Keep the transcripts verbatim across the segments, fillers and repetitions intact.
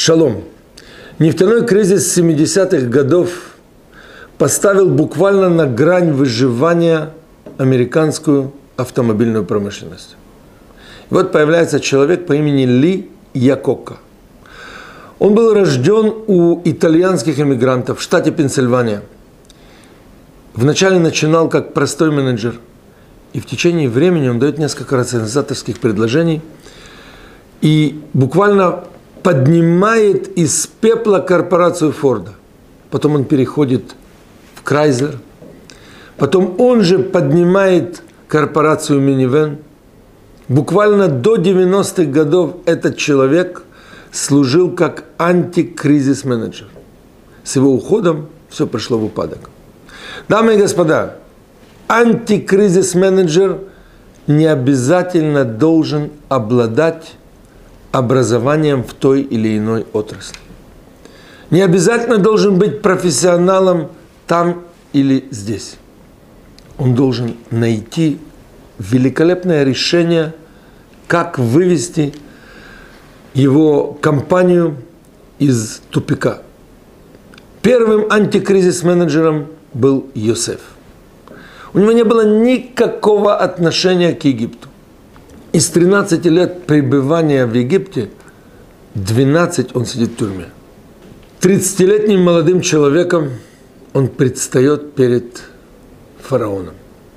Шалом. Нефтяной кризис семидесятых годов поставил буквально на грань выживания американскую автомобильную промышленность. И вот появляется человек по имени Ли Якока. Он был рожден у итальянских эмигрантов в штате Пенсильвания. Вначале начинал как простой менеджер. И в течение времени он дает несколько организаторских предложений и буквально поднимает из пепла корпорацию Форда. Потом он переходит в Крайзлер. Потом он же поднимает корпорацию Минивэн. Буквально до девяностых годов этот человек служил как антикризис-менеджер. С его уходом все пришло в упадок. Дамы и господа, антикризис-менеджер не обязательно должен обладать образованием в той или иной отрасли. Не обязательно должен быть профессионалом там или здесь. Он должен найти великолепное решение, как вывести его компанию из тупика. Первым антикризис-менеджером был Йосеф. У него не было никакого отношения к Египту. Из тринадцати лет пребывания в Египте двенадцать он сидит в тюрьме. тридцатилетним молодым человеком он предстает перед фараоном.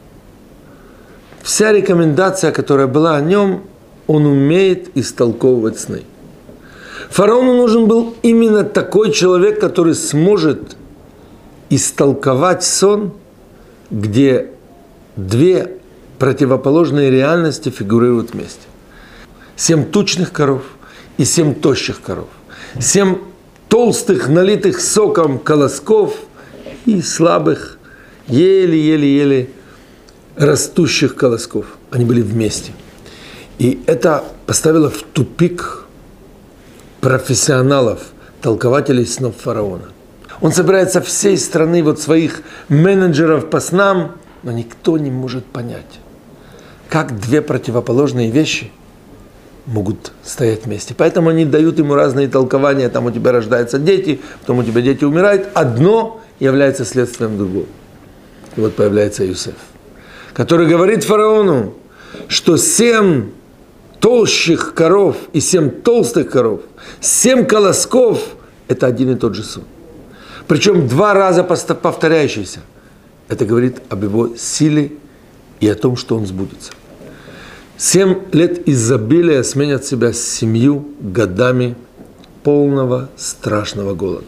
Вся рекомендация, которая была о нем, он умеет истолковывать сны. Фараону нужен был именно такой человек, который сможет истолковать сон, где две противоположные реальности фигурируют вместе. Семь тучных коров и семь тощих коров. Семь толстых, налитых соком колосков и слабых, еле-еле-еле растущих колосков. Они были вместе. И это поставило в тупик профессионалов, толкователей снов фараона. Он собирает со всей страны вот своих менеджеров по снам, но никто не может понять, как две противоположные вещи могут стоять вместе. Поэтому они дают ему разные толкования. Там у тебя рождаются дети, потом у тебя дети умирают. Одно является следствием другого. И вот появляется Йосеф, который говорит фараону, что семь толщих коров и семь толстых коров, семь колосков – это один и тот же сон. Причем два раза повторяющийся. Это говорит об его силе и о том, что он сбудется. Семь лет изобилия сменят себя с семью годами полного страшного голода.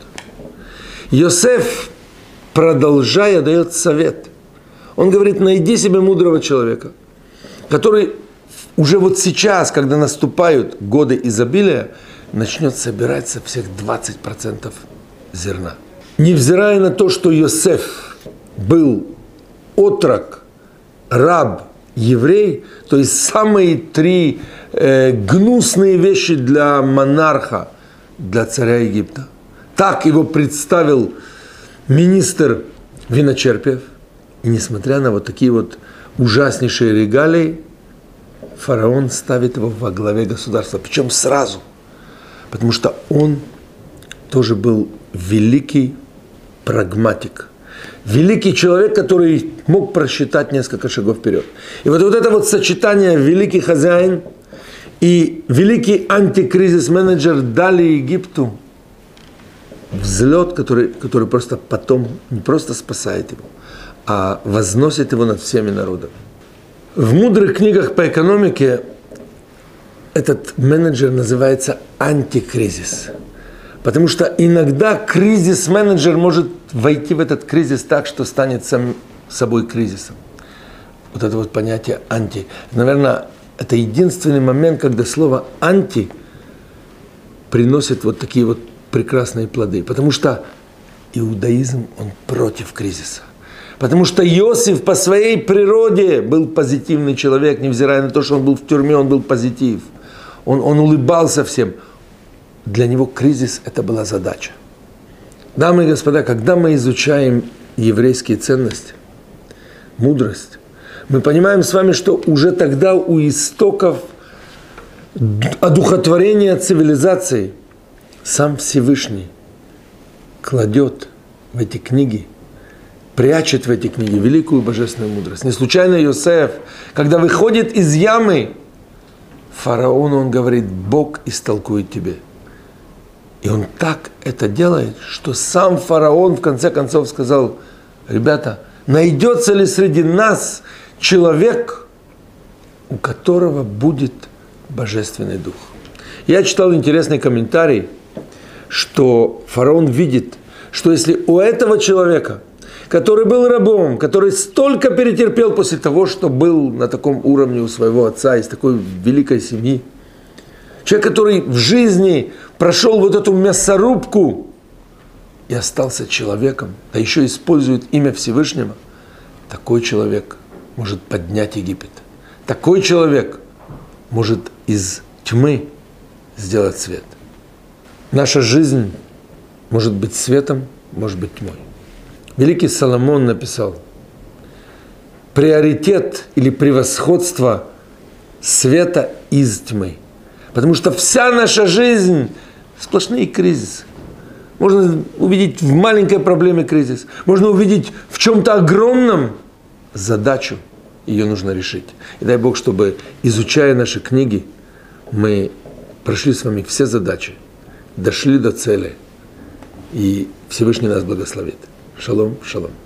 Йосеф, продолжая, дает совет. Он говорит: найди себе мудрого человека, который уже вот сейчас, когда наступают годы изобилия, начнет собирать со всех двадцать процентов зерна. Невзирая на то, что Йосеф был отрок, раб, еврей, то есть самые три э, гнусные вещи для монарха, для царя Египта. Так его представил министр виночерпиев. И несмотря на вот такие вот ужаснейшие регалии, фараон ставит его во главе государства. Причем сразу. Потому что он тоже был великий прагматик. Великий человек, который мог просчитать несколько шагов вперед. И вот, вот это вот сочетание великий хозяин и великий антикризис-менеджер дали Египту взлет, который, который просто потом не просто спасает его, а возносит его над всеми народами. В мудрых книгах по экономике этот менеджер называется антикризис. Потому что иногда кризис-менеджер может войти в этот кризис так, что станет сам собой кризисом. Вот это вот понятие «анти». Наверное, это единственный момент, когда слово «анти» приносит вот такие вот прекрасные плоды. Потому что иудаизм, он против кризиса. Потому что Иосиф по своей природе был позитивный человек, невзирая на то, что он был в тюрьме, он был позитив. Он, он улыбался всем. Для него кризис – это была задача. Дамы и господа, когда мы изучаем еврейские ценности, мудрость, мы понимаем с вами, что уже тогда у истоков одухотворения цивилизации сам Всевышний кладет в эти книги, прячет в эти книги великую божественную мудрость. Не случайно Йосеф, когда выходит из ямы, фараону он говорит: Бог истолкует тебе. И он так это делает, что сам фараон в конце концов сказал: ребята, найдется ли среди нас человек, у которого будет божественный дух? Я читал интересный комментарий, что фараон видит, что если у этого человека, который был рабом, который столько перетерпел после того, что был на таком уровне у своего отца, из такой великой семьи, человек, который в жизни прошел вот эту мясорубку и остался человеком, да еще использует имя Всевышнего, такой человек может поднять Египет. Такой человек может из тьмы сделать свет. Наша жизнь может быть светом, может быть тьмой. Великий Соломон написал: приоритет или превосходство света из тьмы. Потому что вся наша жизнь – сплошные кризисы. Можно увидеть в маленькой проблеме кризис. Можно увидеть в чем-то огромном задачу. Ее нужно решить. И дай Бог, чтобы, изучая наши книги, мы прошли с вами все задачи, дошли до цели, и Всевышний нас благословит. Шалом, шалом.